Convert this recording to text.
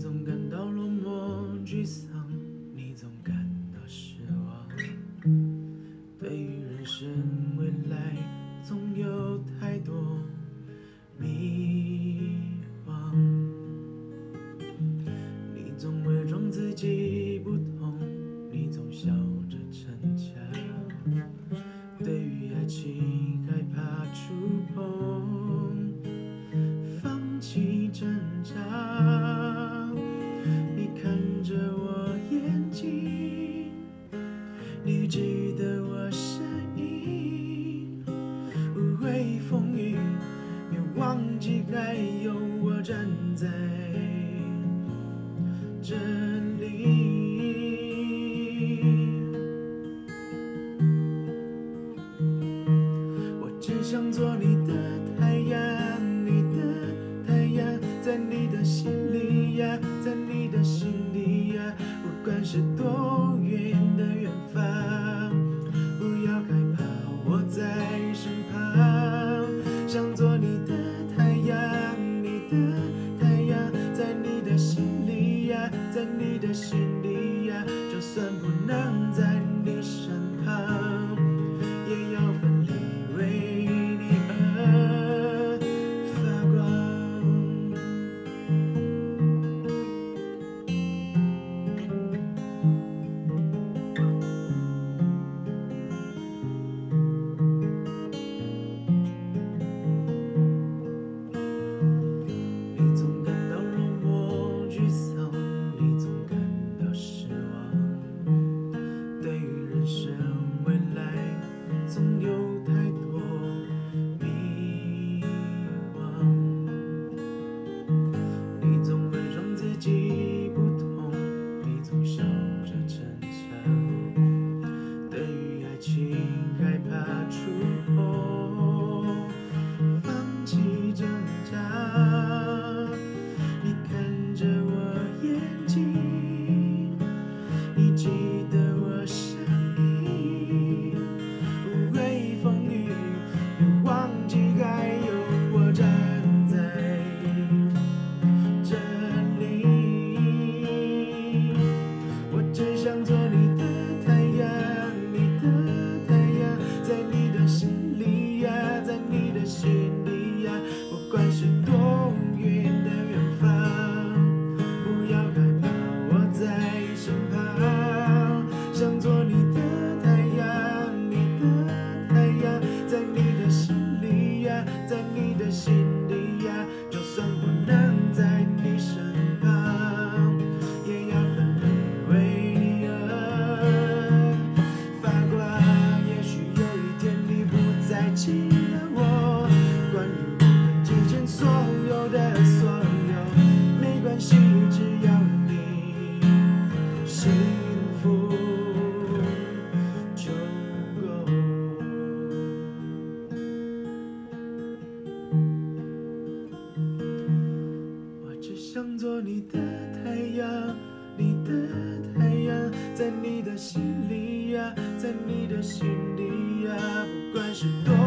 总感到落寞沮丧，你总感到失望。对于人生未来，总有太多迷惘。你总伪装自己不懂，你总笑着逞强。对于爱情害怕触碰，放弃挣扎。你看着我眼睛，你记得我声音。无畏风雨，别忘记还有我站在这里。我只想做你的太阳，你的太阳，在你的心里呀，在你的心里呀，不管是多远的远方，不要害怕，我在身旁。想做你的太阳，你的太阳，在你的心里呀，在你的心里呀，就算不能在你身旁，也要奋力为你而发光。你总感到落寞沮丧，你总感到失望。对于人生未来，总有太多迷惘。你总伪装自己不懂，你总笑着逞强。对于爱情害怕触碰，放弃挣扎。你看着我眼睛，你记得我声音。无畏风雨，别忘记还有我站在这里。我只想做你的太阳，你的太阳，在你的心里呀，在你的心里呀，不管是多远的远方，不要害怕，我在身旁。想做你的太阳，你的太阳，在你的心里呀，在你的心里呀，就算不能在你身旁，也要奋力为你而发光。也许有一天你不再记得我，关于我们之间所有的所有，没关系，只要你幸福就够。我只想做你的太阳，你的太阳，在你的心里呀，在你的心里呀，不管是多